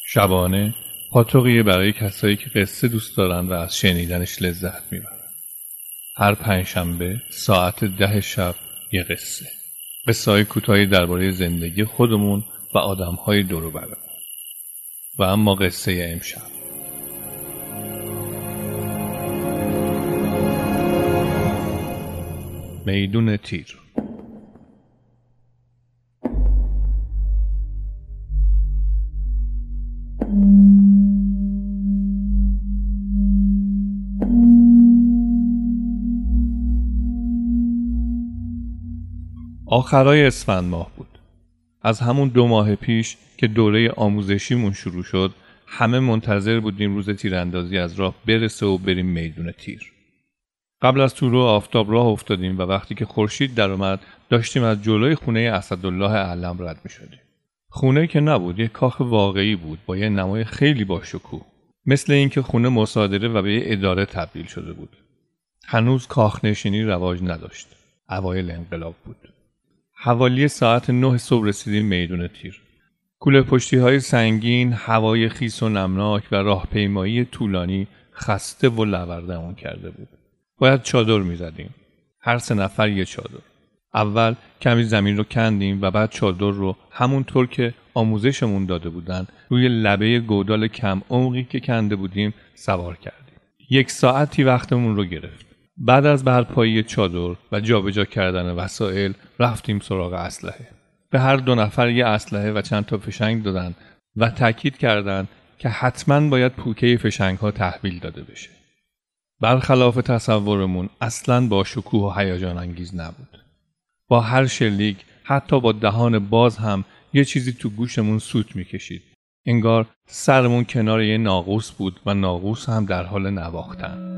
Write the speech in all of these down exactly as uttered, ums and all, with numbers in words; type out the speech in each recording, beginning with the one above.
شبانه پاتوقیه برای کسایی که قصه دوست دارن و از شنیدنش لذت میبرن. هر پنجشنبه ساعت ده شب یه قصه. قصه های کوتاهی درباره زندگی خودمون و آدم‌های دور و برمون. و اما قصه امشب، میدون تیر. آخرای اسفند ماه بود. از همون دو ماه پیش که دوره آموزشیمون شروع شد، همه منتظر بودیم روز تیراندازی از راه برسه و بریم میدون تیر. قبل از طلوع آفتاب راه افتادیم و وقتی که خورشید در اومد داشتیم از جلوی خونه اسدالله علم رد می شدیم. خونه که نبود، یک کاخ واقعی بود با یه نمای خیلی باشکوه. مثل اینکه خونه مصادره و به یه اداره تبدیل شده بود. هنوز کاخ نشینی رواج نداشت. اوایل انقلاب بود. حوالی ساعت نه صبح رسیدیم میدون تیر. کوله پشتی های سنگین، هوای خیس و نمناک و راهپیمایی طولانی خسته و لوردمون کرده بود. باید چادر می زدیم. هر سه نفر یه چادر. اول کمی زمین رو کندیم و بعد چادر رو همونطور که آموزشمون داده بودن روی لبه گودال کم عمقی که کنده بودیم سوار کردیم. یک ساعتی وقتمون رو گرفت. بعد از برپایی چادر و جابجا کردن وسایل رفتیم سراغ اسلحه. به هر دو نفر یه اسلحه و چند تا فشنگ دادن و تاکید کردن که حتما باید پوکه فشنگ ها تحویل داده بشه. برخلاف تصورمون اصلاً با شکوه و هیجان انگیز نبود. با هر شلیک، حتی با دهان باز هم یه چیزی تو گوشمون سوت میکشید. انگار سرمون کنار یه ناقوس بود و ناقوس هم در حال نواختن.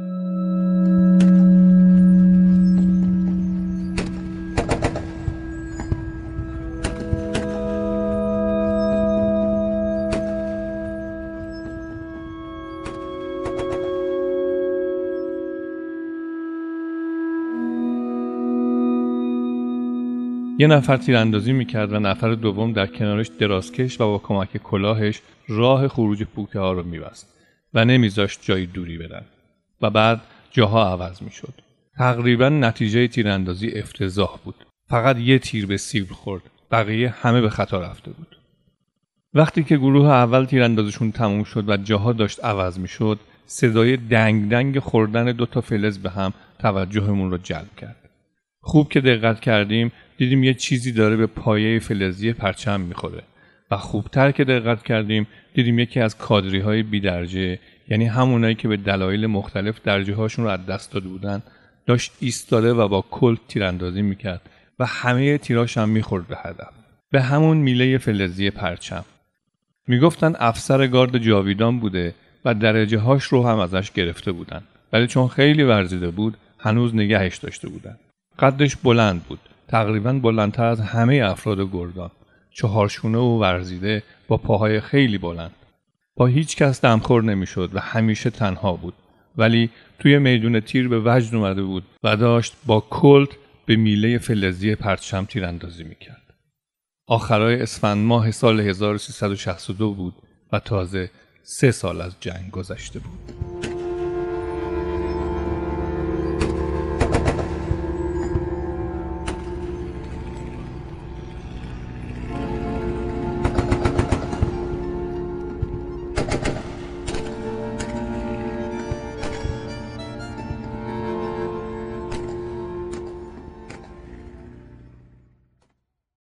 یه نفر تیراندازی میکرد و نفر دوم در کنارش درازکش و با کمک کلاهش راه خروج پوکه ها رو میبست و نمیذاشت جای دوری برن و بعد جاها عوض میشد. تقریبا نتیجه تیراندازی افتضاح بود. فقط یه تیر به سیبل خورد. بقیه همه به خطا رفته بود. وقتی که گروه اول تیراندازیشون تموم شد و جاها داشت عوض میشد، صدای دنگ دنگ خوردن دوتا فلز به هم توجهمون رو جلب کرد. خوب که دقت کردیم دیدیم یه چیزی داره به پایه فلزی پرچم میخوره و خوبتر که دقت کردیم دیدیم یکی از کادری های بی درجه، یعنی همونایی که به دلایل مختلف درجه هاشون رو از دست داده بودن، داشت ایستاده و با کلت تیراندازی میکرد و همه تیراش هم میخورد به هدف، به همون میله فلزی پرچم. میگفتن افسر گارد جاویدان بوده و درجه هاش رو هم ازش گرفته بودن، ولی چون خیلی ورزیده بود هنوز نگهش داشته بودن. قدش بلند بود، تقریباً بلندتر از همه افراد گردان، چهارشونه و ورزیده با پاهای خیلی بلند. با هیچ کس دمخور نمیشد و همیشه تنها بود، ولی توی میدون تیر به وجد اومده بود و داشت با کلت به میله فلزی پرچم تیراندازی میکرد. آخرای اسفند ماه سال هزار و سیصد و شصت و دو بود و تازه سه سال از جنگ گذشته بود.